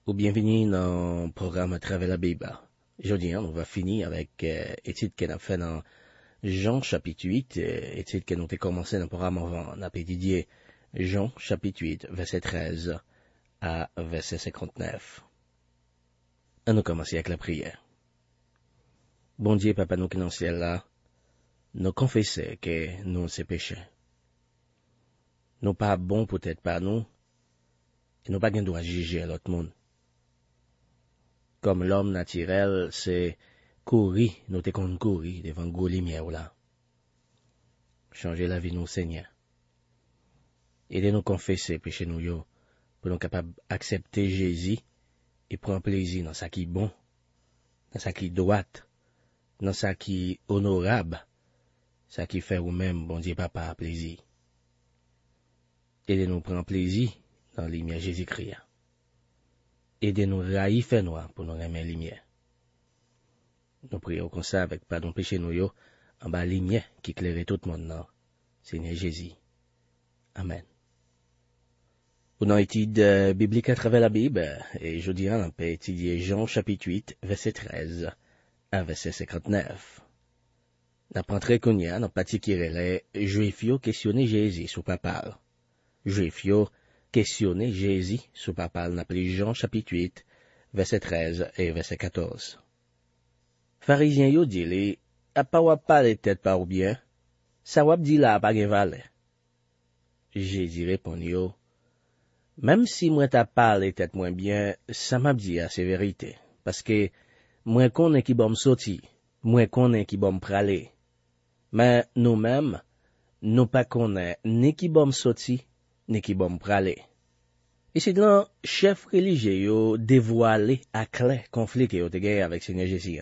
Ou bienvenue dans le programme à travers la Bible. Aujourd'hui, on va finir avec étude qu'on a fait dans Jean chapitre 8, étude que nous avons commencé dans le programme avant. On a étudié Jean chapitre 8, verset 13 à verset 59. On nous commencer avec la prière. Bon Dieu, Papa, nous qui dans le ciel là, nous confessons que nous sommes péchés. Nous pas bons peut-être par nous, et nous pas gain droit juger l'autre monde. Comme l'homme naturel, c'est courir, nous te qu'on courir devant gros lumière là. Changer la vie nous, Seigneur. Aidez-nous confesser péché nous yo, pour nous capables d'accepter Jésus et prendre plaisir dans ça qui est bon, dans ça qui est droit, dans ça qui est honorable, ça qui fait ou même, bon Dieu Papa, plaisir. Aidez-nous prendre plaisir dans la lumière Jésus-Christ. Aidez-nous raïr fait noir pour nous remettre lumière. Nous prions comme ça avec pardon péché nous yo, en bas lumière qui éclaire tout le monde, non. Seigneur Jésus. Amen. Pour une étude biblique à travers la Bible, et je dirais, on peut étudier Jean chapitre 8, verset 13 à verset 59. N'a pas entré qu'on y a, n'a pas tiré les Juifs questionner Jésus sous papa. Juifs questionner Jésus sous papa, n'a appelé Jean chapitre 8, verset 13 et verset 14. Pharisiens yo dit li, a pas wap parler tête par ou bien, ça wap dit là pas gen valeur. Jésus répond yo, même si moi t'a parlé tête moins bien, ça m'a dit c'est vérité, parce que moi connais qui bon sorti, moi connais qui bon praler. Mais nous-mêmes, nous pas connais ni qui bon sorti, ni qui bon praler. Et c'est là, chef religieux yo dévoilé à clair conflit que yo te gagné avec Seigneur Jésus.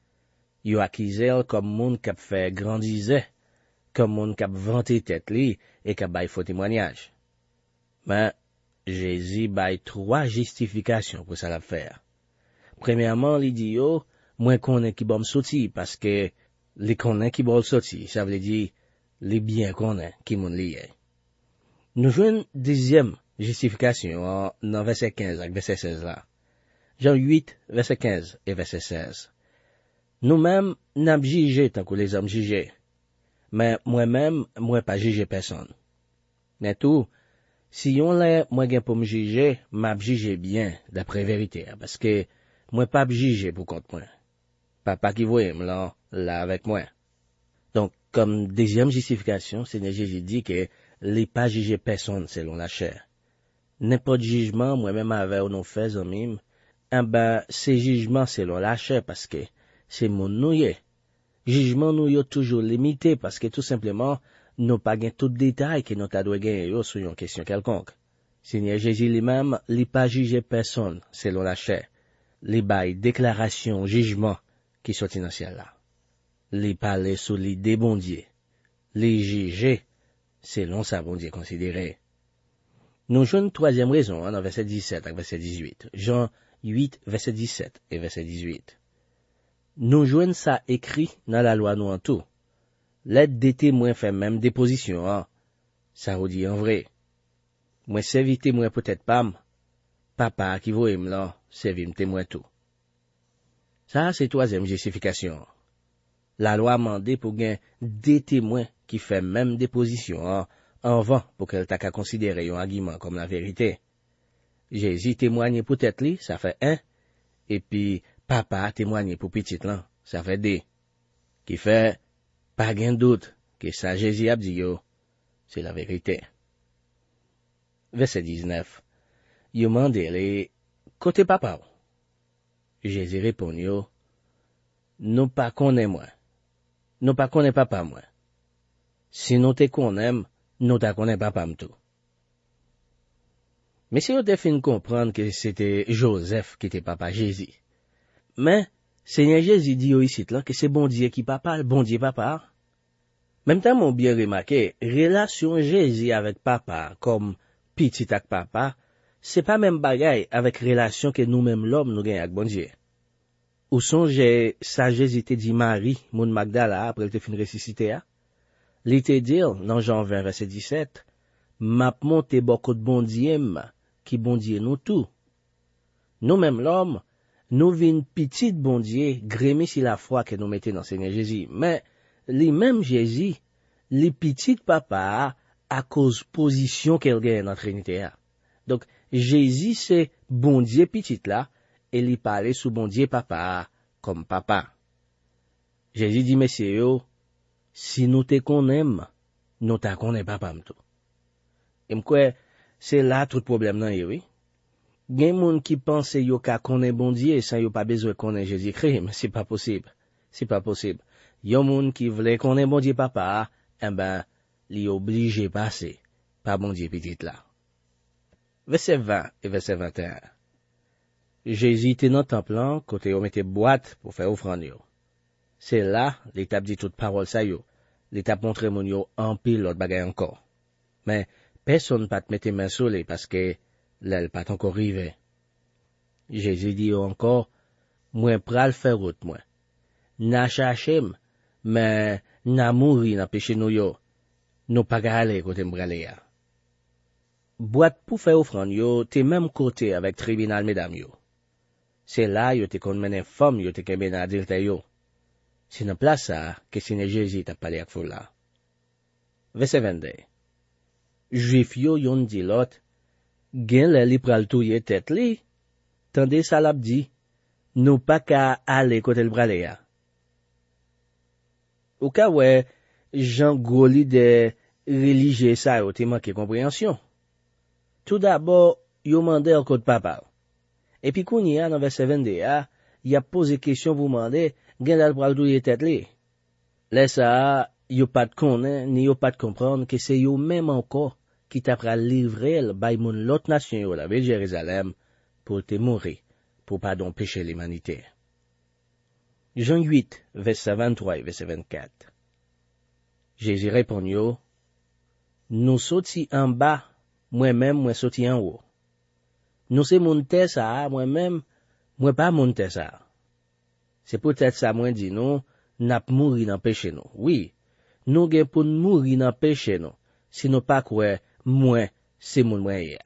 Yo accusé comme moun k'ap fait grandiser, comme moun k'ap vanter tête li et k'ap bay faux témoignage. Mais Jésus bay trois justifications pour ça la faire. Premièrement, il dit yo, moi connais qui bon sorti parce que les connais qui bon sorti, ça veut dire les bien connais qui moun lié. Nous jouons deuxième justification dans verset 15 avec verset 16 là. Jean 8, verset 15 et verset 16. Nous-mêmes, n'ab jugé tant que les hommes jugés. Mais moi-même, moi pas jugé personne. Mais tout, si yon lè, moi gen pour me juger, m'ab jugé bien, d'après vérité, parce que moi pas jugé pour compte moi. Papa qui voyait me là avec moi. Donc, comme deuxième justification, Seigneur Jésus dit que les pas juger personne selon la chair. N'importe jugement, moi-même avec ou non fait, mime, c'est jugement selon la chair parce que c'est mon nouye. Jugement nous yo toujours limité parce que tout simplement, nous pas gain tout détail que nous ta doit gagner yo sur une question quelconque. Seigneur Jésus lui-même, li pas juger personne selon la chair. Li bail déclaration, jugement qui sorti dans ciel là. Li parler sur l'idée bon Dieu. Li juger selon sa bon Dieu considéré. Nous jouons une troisième raison dans verset 17 et verset 18. Jean 8, verset 17 et verset 18. Nous jouons ça écrit dans la loi nous en tout. L'aide des témoins fait même déposition, ça vous dit en vrai. Moi servi témoin peut-être pas, papa qui voit me là, servi me témoin tout. Ça c'est troisième justification. La loi mandé pour gain des témoins qui fait même déposition, avant pour qu'elle t'a qu'à considérer un argument comme la vérité. Jésus témoigne pour tête li, ça fait un, et puis papa témoigne pour petit là, ça fait deux. Qui fait, pas gain doute, que ça Jésus a dit yo, c'est la vérité. Verset 19. Yo mande les, côté papa. Jésus répond yo, nous pas connaît moi. Nous pas connaît papa moi. Si nous te connaît, nous ta connaît papa m'tou. Mais si on te fin comprendre que c'était Joseph qui était papa Jésus. Mais, Seigneur Jésus dit ici là que c'est bon Dieu qui papa, bon Dieu papa. Même temps, mon bien remarqué, relation Jésus avec papa, comme petit avec papa, c'est pas même bagaille avec relation que nous-mêmes l'homme nous gagnons avec bon Dieu. Ou songe, ça Jésus te dit Marie, moun Magdala, après te fin ressuscité a? Li te dit, dans Jean 20, verset 17, m'a monté beaucoup de bon Dieu, qui bon Dieu nous tout. Nous-mêmes l'homme, nous vînes petit bon Dieu, grémé si la foi que nous mettons dans Seigneur Jésus. Mais, les mêmes Jésus, les petits papa, à cause position qu'elle gagne dans la Trinité. Donc, Jésus, c'est bon Dieu petit là, et il parlait sous bon Dieu papa, comme papa. Jésus dit, messieurs, si nous te connaissons, nous te connaissons papa m'tou. Et m'kwe, c'est là tout problème nan oui. Gen moun qui pense yo ka connaît bon Dieu sans yo pas besoin connaît Jésus-Christ, mais c'est pas possible. C'est pas possible. Yon moun qui vle connaît bon Dieu papa, eh ben, li obligé passer par bon Dieu petit là. Verset 20 et verset 21. Jésus était dans le temple, côté on mettait boîte pour faire offrande yo. C'est là, l'étape dit toute parole ça yo. L'étape montre moun yo en pile l'autre bagay encore. Mais, personne pas te mette main sur les parce que l'elle pas encore arrivé. Jésus dit encore, moi pral faire route moi. N'a cherchem, mais n'a mouri n'a péché nous yo. Nous pas aller côté m'brale ya. Boîte pour faire offrande yo, t'es même côté avec tribunal mesdames yo. C'est là yo te kon menen femme yo te kembe nan adulte yo. C'est dans place ça que Seigneur Jésus t'a parlé avec foule là. Verset 22. Juif yo yon di lot, gen lè li pral touye tèt li, tande sa lap di, nou pa ka ale kote l'brale ya. Ou ka wè, jan goli de religye sa yo te manke compréhension. Tout d'abord, yo mande an kote papa. Et puis kouni ya nan verset 22 ya, y a pose question vous mande, gen lè pral touye tèt li. Lè sa, yo pat konnen, ni yo pat comprendre que c'est yo même encore qui t'apra livrer bay moun l'autre nation yo la ville Jérusalem pour te mourir, pour pardon péché l'humanité. Jean 8, verset 23 et verset 24. Jésus répond yo, nous sorti en bas, moi-même, moi sorti en haut. Nous c'est monter ça, moi-même, moi pas monter ça. C'est peut-être ça moi dit nous, n'a mouri dans péché nous. Oui, nous gen pour mourir dans péché nous, si nous pas quoi, moi, c'est mon moyen.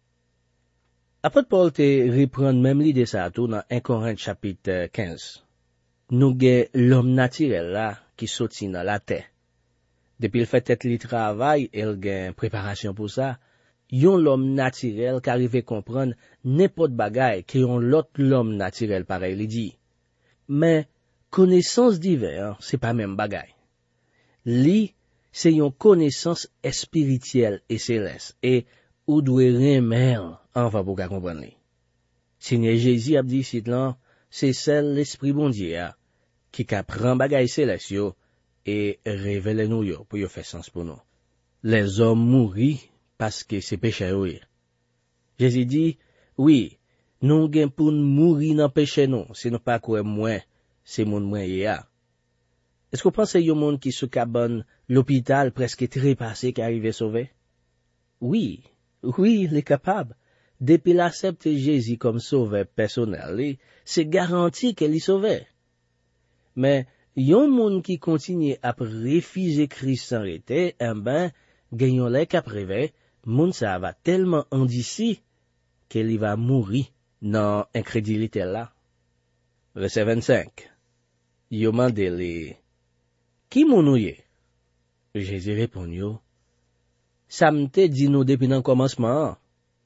Apôtre Paul te reprend même l'idée ça tout dans 1 Corinthiens chapitre 15. Nous gen l'homme naturel là, qui sorti dans la terre. Depuis le fait tête li travail, elle gen préparation pour ça, yon l'homme naturel qui arrive comprendre n'importe bagay qui yon l'autre l'homme naturel pareil li dit. Mais, connaissance divers, c'est pas même bagay. Li, c'est une connaissance spirituelle et céleste, et ou doit remer enfin pour qu'à comprendre li. Seigneur Jésus a dit ici là, c'est celle l'esprit bon Dieu qui prend bagay céleste yo et révèle nous yo pour yo faire sens pour nous. Les hommes mourir parce que c'est péché yo. Jésus dit, oui, nous gen pour mourir dans péché nous, si nous pas quoi moins, c'est mon moins ya. Est-ce que vous pensez yon monde qui sous cabane l'hôpital presque trépassé qui arrive sauvé? Oui, il est capable. Depuis l'accepte Jésus comme sauveur personnel, c'est garanti qu'elle est sauvé. Mais, yon monde qui continue à refuser Christ sans arrêter, ben, gagnons les caprivé, moun ça va tellement endissi, qu'elle va mourir dans incrédulité là. Verset 25. Yo mande li, qui moun ou ye? Jésus répond yo, ça m'te dit nous depuis dans commencement.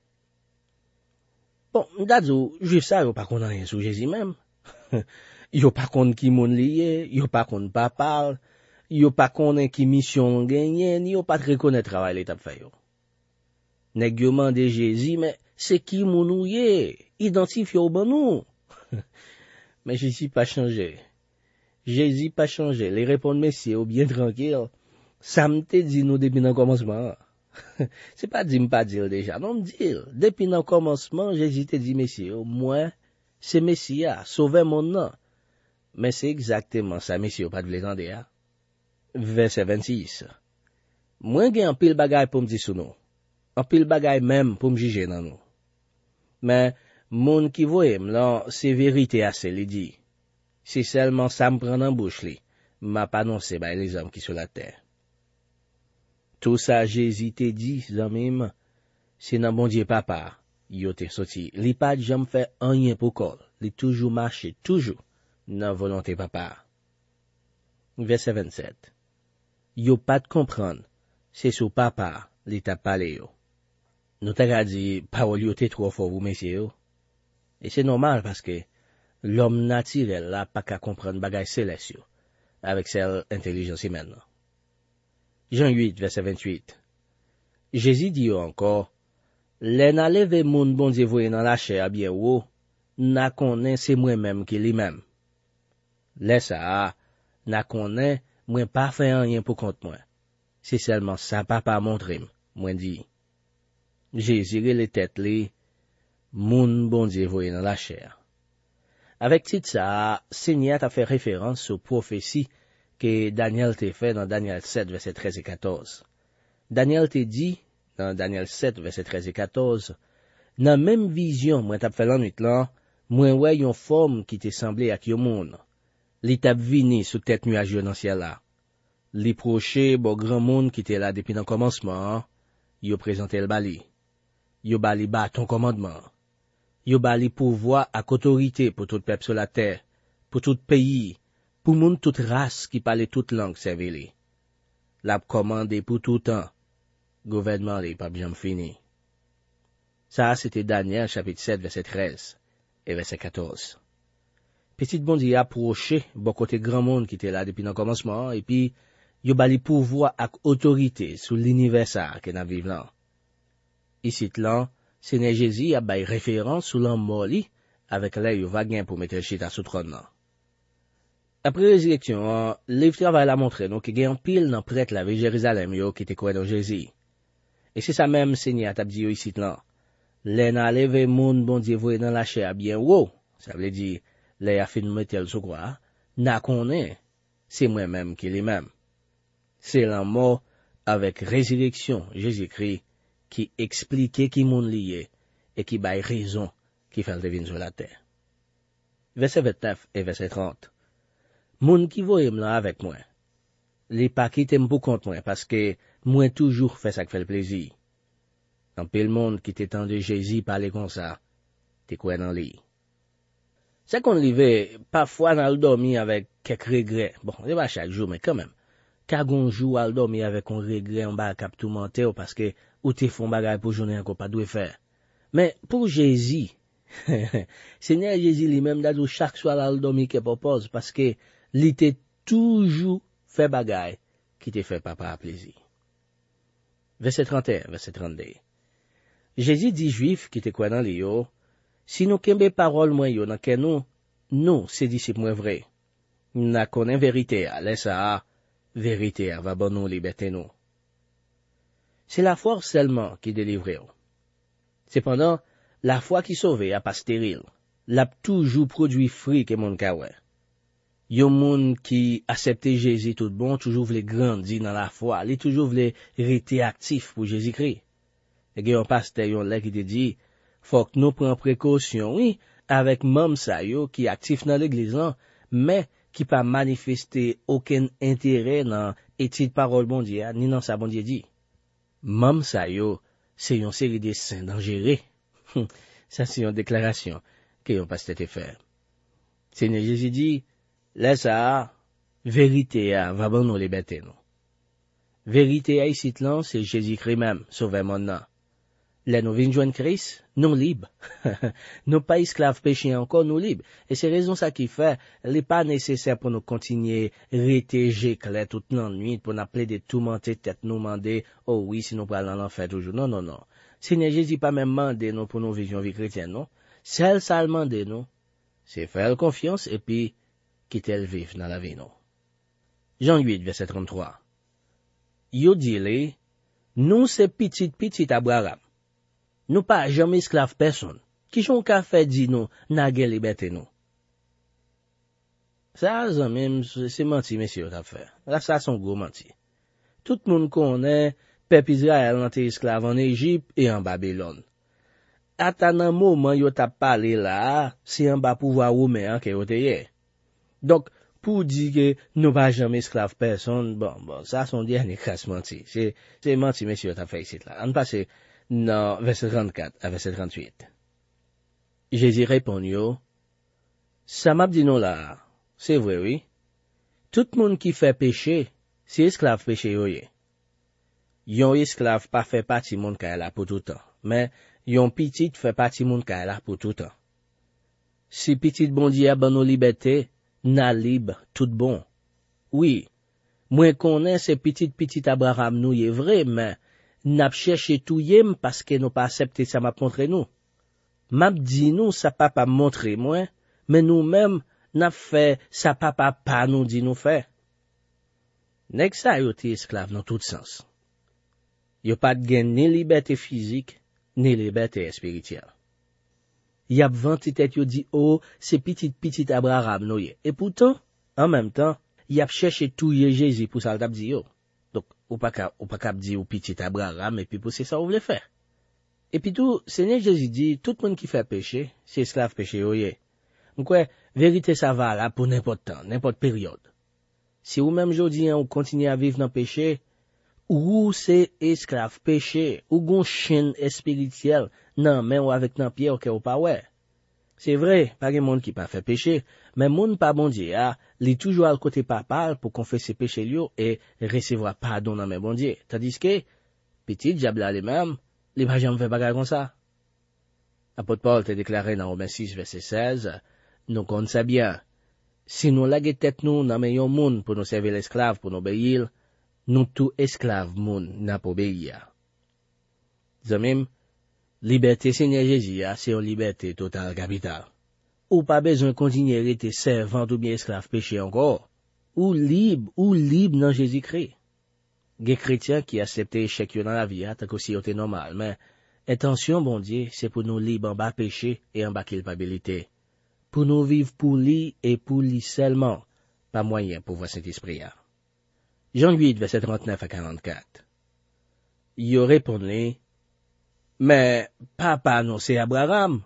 Bon, d'azou, juste ça, yo pas konn rien sur Jésus même. Yo pas konn qui moun liye, yo pas konn pas parle, yo pas konn qui mission gagné, ni yo pas reconnaître travail l'étape fait yo. Nèg yo mande Jésus, mais c'est qui moun ou ye? Identifie au bon nous. Mais Jésus pas changé. Jésus pas changé. Les répondent messieurs ou bien tranquille. Ça m'te dit nous depuis le commencement. C'est pas dit m'pas dire déjà. Non m'dire. Depuis le commencement, Jésus te dit messieurs, moi, c'est Messia, sauver mon nom. Mais c'est exactement ça, messieurs, pas de l'étendre. Verset 26. Moi, j'ai un pile bagay pour me dire sous nous. Un pile bagay même pour me juger dans nous. Mais, moun qui voye là, c'est vérité assez, li dit. Si seulement ça me prend en bouche li, m'a pas annoncé by les hommes qui sur la terre. Tout ça Jésus te dit, zamim, c'est dans bon Dieu papa, yo te sorti, li pas jamais fait rien pour col, li toujours marché, toujours, dans volonté papa. Verset 27. Yo pas de comprendre, c'est sous papa, li t'a parlé yo. Nous t'a dit, parole yo te trop fort vous messieurs yo. Et c'est normal parce que l'homme naturel là pas qu'à comprendre bagay céleste yo, avec celle intelligence humaine. Jean 8, verset 28. Jésus dit encore, l'en a levé moun bon Dieu voye dans la chair bien haut, n'a connaît c'est moi-même qui lui-même. Laisse ça, n'a connaît, moi pas fait rien pour compte moi. C'est seulement ça papa montre moi dit. Jésus les têtes li, moun bon Dieu voye dans la chair. Avec titre ça, Seigneur a fait référence aux prophéties que Daniel t'a fait dans Daniel 7, verset 13 et 14. Daniel t'a dit, dans Daniel 7, verset 13 et 14, dans même vision, moi t'as fait l'ennui là, moi ouais yon forme qui t'est semblé à yon moun. Li t'a vini sous tête nuageuse dans ciel là. Li proche bon grand monde qui était là depuis le commencement, yo présenté le bali. Yo bali ba ton commandement. Yo bali pouvoir ak autorité pour tout peuple sur la terre, pour tout pays, pour moun toute race qui parle toute langue servile. L'a commandé pour tout temps. Gouvernement li pas bien fini. Ça c'était Daniel chapitre 7 verset 13 et verset 14. Petit bon Dieu approché bon côté grand monde qui était là depuis le commencement et puis yo bali pouvoir ak autorité sur l'univers ça que n'a vivre là. Ici là, Seigneur Jésus a bail référence sur l'homme mort avec l'air yo va gain pour mettre le chita sous trône là. Après résurrection, livre travail la montré donc qu'il y a un pile dans prêtre la Jérusalem yo qui était croit dans Jésus. Et c'est ça même Seigneur t'a dit ici là. L'en a levé moun bon Dieu voye dans la chair bien haut. Ça veut dire les a fait mettre sous quoi, n'a connaît, c'est moi-même qui les même. C'est la mort avec résurrection Jésus-Christ qui expliquait qui moun lié et qui baille raison qui fait le devine sur la terre. Verset 29 et verset 30. Moun qui voye là avec moi, les pas qui t'aiment pour compte moi parce que moi toujours fait ça qui fait le plaisir. En peu le monde qui t'étend de Jésus parler comme ça, t'es quoi dans lui. C'est qu'on livre parfois dans le dormir avec quelques regrets. Bon, c'est pas chaque jour, mais quand même. Quand on joue à le dormir avec un regret, on va cap tout monter parce que ou t'es font bagay pour journée encore pas doit faire. Mais pour Jésus, Seigneur Jésus lui-même d'a dit chaque soir à le dormir qu'il propose parce que il était toujours fait bagay qui te fait papa à plaisir. Verset 31, verset 32. Jésus dit juif qui te quoi dans les yo, si nous kembe parole moi yo dans que nous c'est disciples moi vrai. N'a connaît vérité, laisse ça vérité va bon nous liberté nous. C'est la foi seulement qui délivre. Cependant, la foi qui sauve a pas stérile. L'a toujours produit fruit que mon kawe. Yon moun qui accepte Jésus tout bon, toujours voulait grandir dans la foi, il toujours voulait rester actif pour Jésus-Christ. Et yon pasteur yon là qui te dit, faut que nous prenions précaution, oui, avec même ça yo qui actif dans l'église là, mais qui pas manifester aucun intérêt dans étude parole bon Dieu, ni dans sa bon Dieu dit. Même ça yo, c'est une série de saints dangereux. Ça c'est une déclaration que yon pasteur te fait. Seigneur Jésus dit, laisse ça, vérité va bon nous liberté nous. Vérité ici là, c'est Jésus-Christ même, sauveur mon nom. Là nous venons joindre Christ, nous libres. Nous pas esclaves péchés encore, nous libres. Et c'est raison ça qui fait, il n'est pas nécessaire pour nous continuer rétéger clair toute la nuit, pour nous appeler de tourmenter tête, nous demander, oh oui, si nous parlons dans l'enfer toujours. Non, non, non. Seigneur Jésus pas même demandé nous pour nos visions vie chrétienne, non. Celle ça demandé nous, c'est faire confiance et puis quitter le vivre dans la vie, non. Jean 8, verset 33. Yo dit nous c'est petit Abraham. Nous pas jamais esclave personne. Qui j'on ka fait dit nous, n'a guère liberté nous. Ça, même, c'est menti, monsieur, t'as fait. Là, ça, son gros menti. Tout le monde connaît, peuple Israël était esclave en Égypte et en Babylone. À un moment, yo t'a parlé là, c'est en bas pouvoir romain, que yo te. Donc, pour dire que nous pas jamais esclave personne, bon, ça, son dernier crasse menti. C'est menti, monsieur, t'as fait ici, là. On passe Dans verset 34 à verset 38. Jésus répond yo, ça m'a dit non là, c'est vrai oui. Tout monde qui fait péché, c'est esclave péché yo ye. Yon esclave pas fait partie moun ka la pour tout temps, mais yon petit fait partie moun ka la pour tout temps. Si petit bon Dieu a ban nos liberté, na libre, tout bon. Oui, moi connais c'est petit Abraham nous est vrai, mais n'a cherché tout yem parce que nous pas accepté ça m'a montré nous. M'a dit nous ça papa montré moi, mais nous-mêmes n'a fait ça papa pas nous dit nous faire. Nèg ça yo te esclave dans tout sens. Yo pas de gain ni liberté physique, ni liberté spirituelle. Y a vanté tête yo dit oh, c'est petit Abraham nou ye. Et pourtant, en même temps, y a cherché tout ye Jésus pour ça t'a dit yo. Donc, ou pas cap dit ou petit Abraham et puis pour c'est ça ou voulez faire. Et puis tout, Seigneur Jésus dit tout le monde qui fait péché, c'est esclave péché yo ye. M'kwe, vérité ça va là pour n'importe temps, n'importe période. Si ou même jodi ou continue à vivre dans péché, ou c'est esclave péché, ou gon chaîne spirituelle, non, mais ou avec nan pied ou pas ouais. C'est vrai, pas gen monde qui pas fait péché, mais monde pas bon Dieu, li toujours à côté papa pour confesser péché lui et recevoir pardon dans mes bon Dieu. Tandis que, petit diable les mêmes, li pas jamais fait bagarre comme ça. Apôtre Paul te déclaré dans Romains 6 verset 16, nous connaissons ça bien. Si nous laguer tête nous dans meilleur monde pour nous servir l'esclave pour nous obéir, nous tout esclave monde n'a pas obéir. Zamim, liberté Seigneur Jésus, c'est une liberté totale capitale. Ou pas besoin de continuer à être servant ou bien esclave péché encore. Ou libre dans Jésus-Christ. Des chrétiens qui acceptent échec dans la vie, tant que si c'est normal, mais intention, bon Dieu, c'est pour nous libres en bas péché et en bas culpabilité. Pour nous vivre pour lui et pour lui seulement, pas moyen pour voir cet esprit. Jean 8, verset 39 à 44. Il répondit, mais papa non c'est Abraham.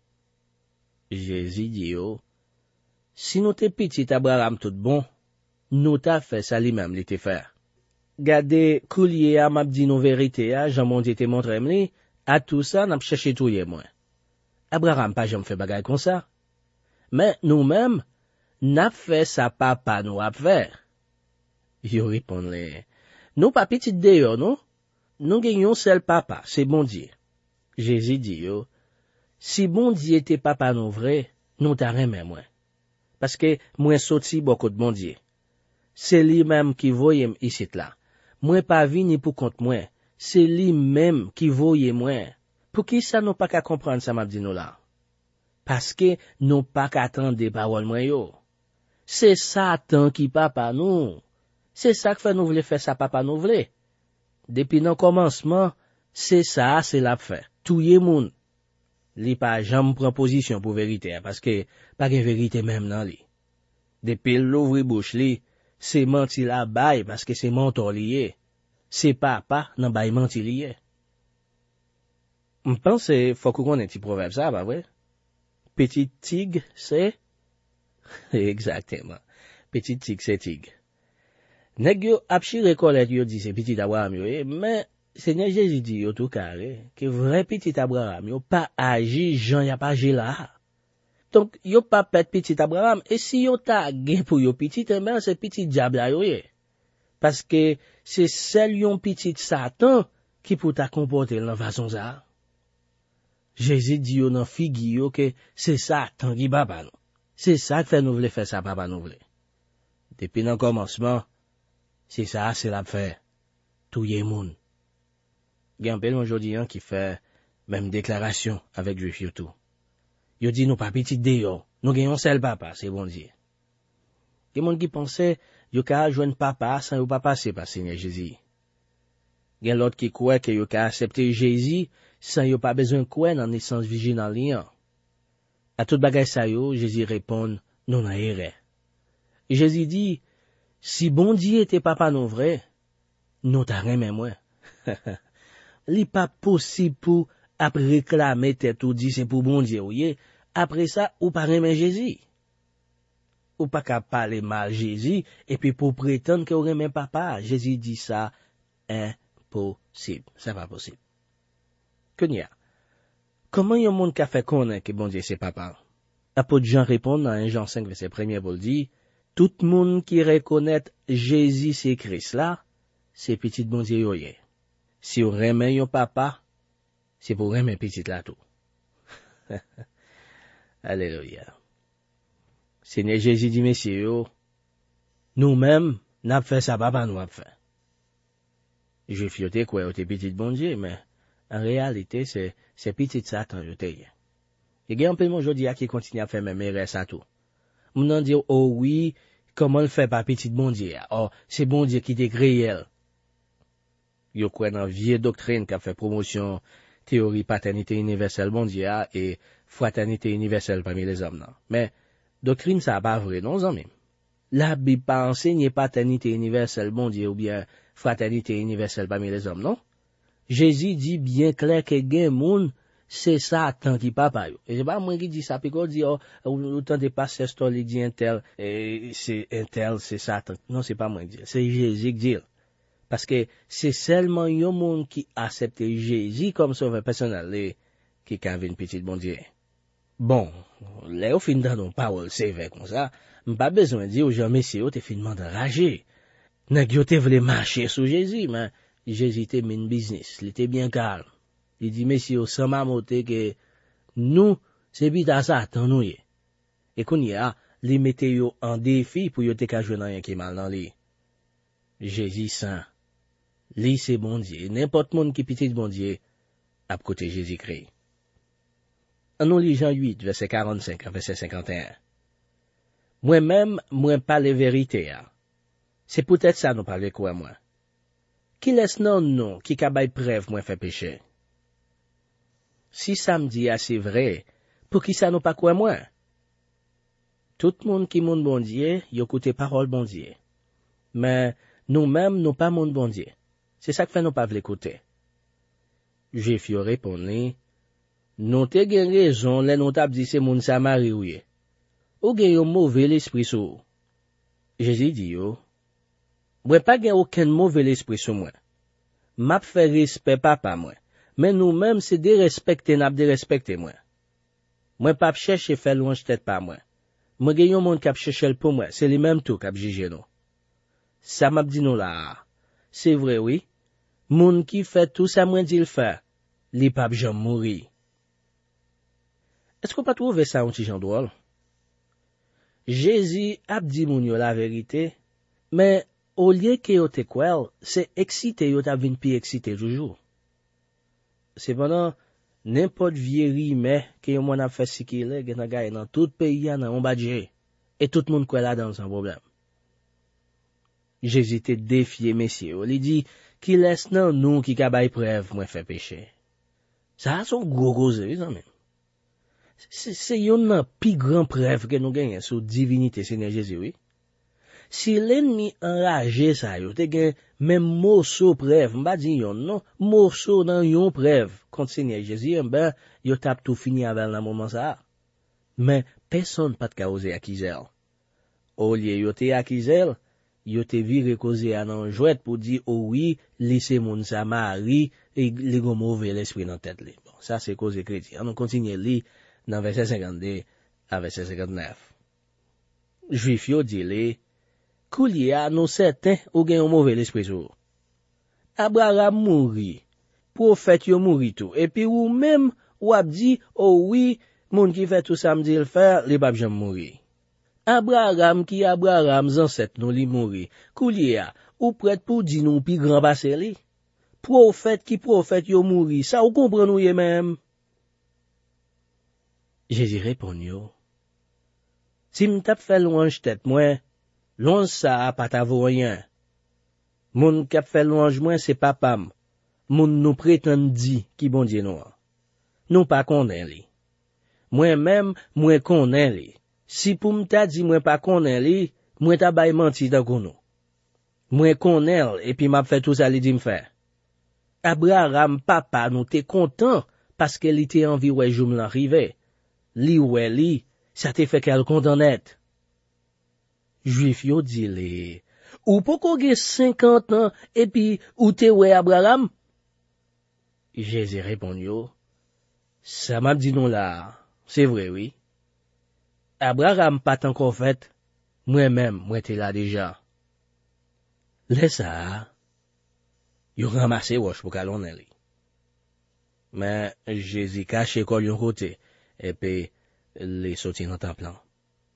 Jésus dit, si nous t'es petit Abraham tout bon, nous t'a fait ça lui-même l'été faire. Gardez coulier à m'a dit nos vérités, Jean mon Dieu te montré m'li, à tout ça n'a cherché tout yé moi. Abraham pas jamais fait bagaille comme ça. Mais nous-mêmes, n'a fait ça papa nous a faire. Yo répondent, nous pas petit d'ailleurs, non? Nous gagnons seul papa, c'est bon Dieu. Jésus dit, si bon Dieu était papa nous vrai, nous t'a remet moi. Parce que moi sorti beaucoup de bon Dieu. C'est lui-même qui voyait ici là. Moi pas vini pour compte moi. C'est lui-même qui voyait moi. Pour qui ça nous pas qu'à comprendre ça m'a dit nous là? Parce que nous pas qu'à attendre des paroles moi yo. C'est Satan qui papa nous. C'est ça que fait nous voulons faire ça papa nous voulons. Depuis le commencement, c'est ça, c'est la fait. Tout le monde. Li pas jamais prend position pour vérité, parce que pas de vérité même dans li. Depuis l'ouvre bouche li, c'est menti la baille parce que c'est mentor lié. C'est papa nan baille menti lié. M'pense faut qu'on ait un petit proverbe ça, bah ouais. Petit tigre, c'est exactement. Petit tigre, c'est tigre. Nèg yo ap chire kolet yo dit c'est petit Abraham yo, mais Seigneur Jésus dit yo tout carré que vrai petit Abraham yo pas agi Jean y a pas agi là. Donc yo pas pète petit Abraham et si yo ta gen pour yo petit mais c'est petit diable yo parce que c'est seul yon petit Satan qui pour ta comporter dans façon ça. Jésus dit yo dans figi yo que c'est Satan qui papa nous. C'est ça que fait nous voulons faire ça papa nous voulons. Depuis le commencement, c'est ça, c'est la fait. Tout y est moun. Gen pèl aujourd'hui qui fait même déclaration avec juif yo tout. Yo dit nous pas petit déyo, nous gagnons seul papa, c'est bon Dieu. Gen moun qui pensait yo ka joindre papa sans yo pas passer par Seigneur Jésus. Gen l'autre qui croit que yo ka accepter Jésus sans yo pas besoin croire dans naissance virginale liant. À tout bagay sa yo, Jésus répond non a erreur. Jésus dit si bon Dieu était papa non vrai, nous t'a remet moi. Li pas possible pour après réclamer tête ou dit c'est pour bon Dieu ouye, après ça ou pas remet Jésus. Ou pas qu'à parler mal Jésus et puis pour prétendre que remet papa, Jésus dit ça impossible, c'est pas possible. Konya. Comment yon monde ka fait connaître que bon Dieu c'est papa? Apôtre Jean répond dans 1 Jean 5 verset 1 pour le dire, tout monde qui reconnaît Jésus c'est Christ là, c'est petit bon Dieu yoye. Si on remet yon papa, c'est pour remettre petit là tout. Alléluia. Seigneur Jésus dit, messieurs, nous-mêmes, n'a fait ça, papa nous a fait. Je fiote quoi, t'es petit bon Dieu, mais en réalité, c'est petit Satan, je t'ai dit. Il y a un peu de monde aujourd'hui qui continue à faire même reste à tout. On en dit, oh oui, comment le fait pas petit bon Dieu? Oh, c'est bon Dieu qui t'a créé. Yo quoi dans vieille doctrine qui a fait promotion théorie paternité universelle bon Dieu et fraternité universelle parmi les hommes non. Mais doctrine ça pas vrai non amis. La Bible pas enseigné paternité universelle bon Dieu ou bien fraternité universelle parmi les hommes non. Jésus dit bien clair que gen moun c'est Satan qui papa yo. Et c'est pas moi qui dis ça puis qu'on dit oh autant de pasteurs qui dit un tel c'est Satan. Non, c'est pas moi qui dis. C'est Jésus qui dit. Parce que c'est seulement yon monde qui accepte Jésus comme sauveur personnel qui can vinn petit bon Dieu. Bon, là au fin dans nos paroles c'est vrai comme ça, m'pas besoin dire aux gens messieurs te finement enragé. Nèg yo te vle marcher sous Jésus, mais Jésus te min business, il était bien calme. Il dit messieurs sans mamote que nous c'est bita Satan nous y. Et qu'on y a li mette yo en défi pour yo te ka jwenn rien qui mal dans li. Jésus saint. Li c'est bon Dieu, n'importe monde qui petit bon Dieu, à côté Jésus-Christ. En nous lit Jean 8, verset 45 à verset 51. Moi-même, moi parle vérité. C'est peut-être ça nous parle quoi moi. Qui laisse non qui kabay preuve moi fait péché. Si ça me dit c'est vrai, pour qui ça nous pas quoi moi? Tout monde qui monde bon Dieu, yo écoute parole bon Dieu. Mais nous-mêmes nous pas monde bon Dieu. C'est ça que fait nous pas l'écouter. Juif yo répondre, nous te gen raison, les nous t'a dit c'est moun Samari ouye. Ou gen yon mauvais l'esprit sou. Jésus dit yo, moi pas gen aucun mauvais l'esprit sou moi. M'a fait respect papa moi. Mais nous-mêmes c'est de respecter n'a de respecter moi. Moi pas chercher faire louange tête pas moi. Moi gen yon monde qui chercher pour moi, c'est les mêmes tout qui juger nous. Ça m'a dit nous là. C'est vrai oui. Moun qui fait tout ça moins dit le fait, li pa jam mouri. Est-ce qu'on pas trouver ça un petit genre drôle? Jésus a dit moun yo la vérité, mais au lieu que yo te kwel, c'est excité yo ta vin pi excité toujours. Cependant, n'importe vieille mais que yo moun a fait si ki le gen gagne dans tout pays nan on badje et tout monde kwel là dans sans problème. Jésus te défié messieurs, il dit qui laisse nan nous qui kabay preuve moi fait péché. Ça son gros cause les amis. C'est yon nan pi grand preuve que nous gagne sur divinité Seigneur Jésus oui. Si l'ennemi enragé ça yo te gen même morceau preuve, m'pa di yon non, morceau dans yon preuve contre Seigneur Jésus, ben yo tap tout fini avec dans moment ça. Mais personne pas de oser accuser. Au lieu yo te accuser, yo te vire cause à nan jouet pour dire oh oui, laissez moun sa mari et les gros mauvais l'esprit dans tête li. Bon, ça c'est cause chrétien. On continue li dans verset 52 à verset 59. Juif yo dit li, koulia nous certain ou gen un mauvais l'esprit sou. Abraham mouri, prophète yo mouri tout et puis ou même ou a dit oh oui, moun qui fait tout ça me dit le faire, li pa jamais mouri. Abraham qui Abraham ancêtre nous li mouri. Koulia, ou prête pour dire nous pi grand passé li. Prophète qui prophète yo mouri, ça ou comprend nous y même. Jésus répond yo. Si m'tap fait louange tête moi, louange ça pas ta vaut rien. Moun k'ap fait louange moi c'est papam. Moun nous prétend dit qui bon Dieu nous. Nous pas connaît li. Moi même moi connaît li. Si pour m'ta dit moi pas connaît li, moi ta bay menti dans nous. Moi connaît et puis m'a fait tout ça li dit me faire. Abraham papa nous t'es content parce que li t'est envie ouais jour l'arriver. Li ouais li, ça t'est fait qu'elle content net. Juif yo dit li, ou poko ge 50 ans et puis ou t'es ouais Abraham? Jésus répond yo, ça m'a dit non là, c'est vrai oui. Abraham pas encore fait, moi-même, moi t'es là déjà. Laisse ça, yo ramassé roche pour calonner li. Mais Jésus caché kol yon côté, et puis les sorti dans temps plan.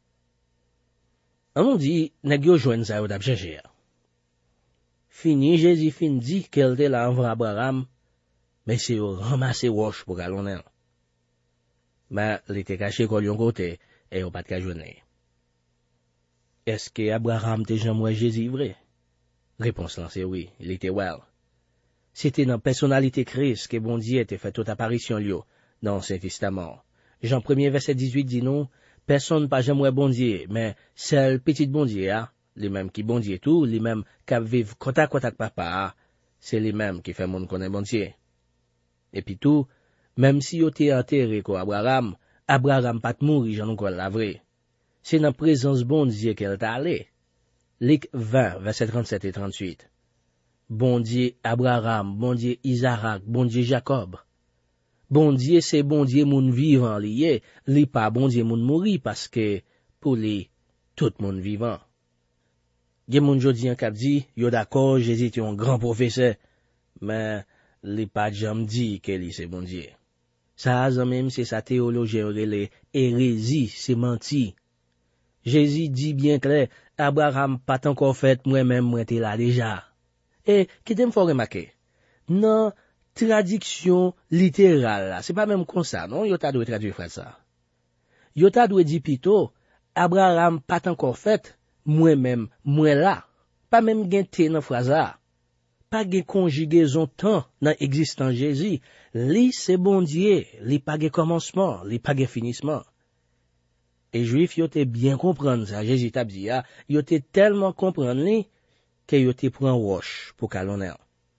On dit, nèg yo joine ça yo d'ap chercher. Fini, Jésus fin dit qu'elle était là avant Abraham, mais c'est yo ramassé roche pour calonner. Mais il était caché kol yon côté, et yo pas de joindre. Est-ce que Abraham te jamais Jésus vrai? Réponse là c'est oui, il était well. C'était dans la personnalité Christ que bon Dieu était fait toute apparition lieu dans l'Ancien Testament. Jean 1er verset 18 dit non, personne pas jamais bon Dieu, mais seul petit bon Dieu, les mêmes qui bon Dieu tout, les mêmes qui vivent contact avec papa, c'est les mêmes qui fait monde connaître bon Dieu. Et puis tout, même si yo t'es enterré comme Abraham, Abraham pas mourir, j'en encore la vraie. C'est dans la présence bon Dieu qu'elle t'a allé. Luc 20, verset 37 et 38. Bon Dieu Abraham, bon Dieu Isaac, bon Dieu Jacob. Bon Dieu c'est bon Dieu moun vivant lié, li pas bon Dieu moun mouri parce que pour lui tout moun vivant. Gen moun jodi an k'ap di, yo d'accord, Jésus est un grand professeur, mais li pas jam dit que li c'est bon Dieu. Ça même c'est sa théologie relé hérésie, c'est menti. Jésus dit bien clair, Abraham pas encore fait moi-même moi t'es là déjà. Et qui t'aime faut remarquer, non traduction littérale là, c'est pas même comme ça, non, yo t'a dû traduire frère ça. Yo t'a dû dire plutôt Abraham pas encore fait, moi-même moi là. Pas même gen te dans phrase là. Pas gen conjugaison temps dans existence Jésus, li c'est bon Dieu, li pas gen commencement, li pas gen finissement. Et juif yo te bien comprendre ça, Jésus t'a dit yo te tellement comprendre li que yo te prend roche pour calonner.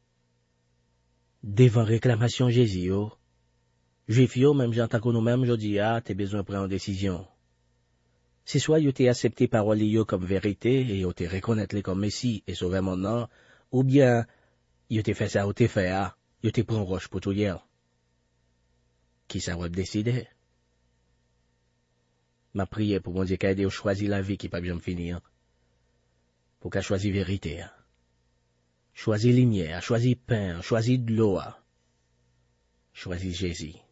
Devant réclamation Jésus yo, juif yo même j'entends que nous-mêmes jodi te besoin prendre une décision. C'est soit yo te accepté parole yo comme vérité et yo te reconnaître les comme Messie et sauveur mon nom, ou bien yo te fait ça ou te fait yo te prend roche pour tout hier. Qui ça va décider? Ma prière pour mon Dieu qu'aider ou choisir la vie qui pas bien finir. Pour qu'à choisir vérité. Choisir lumière, choisir pain, choisir de l'eau. Choisir Jésus.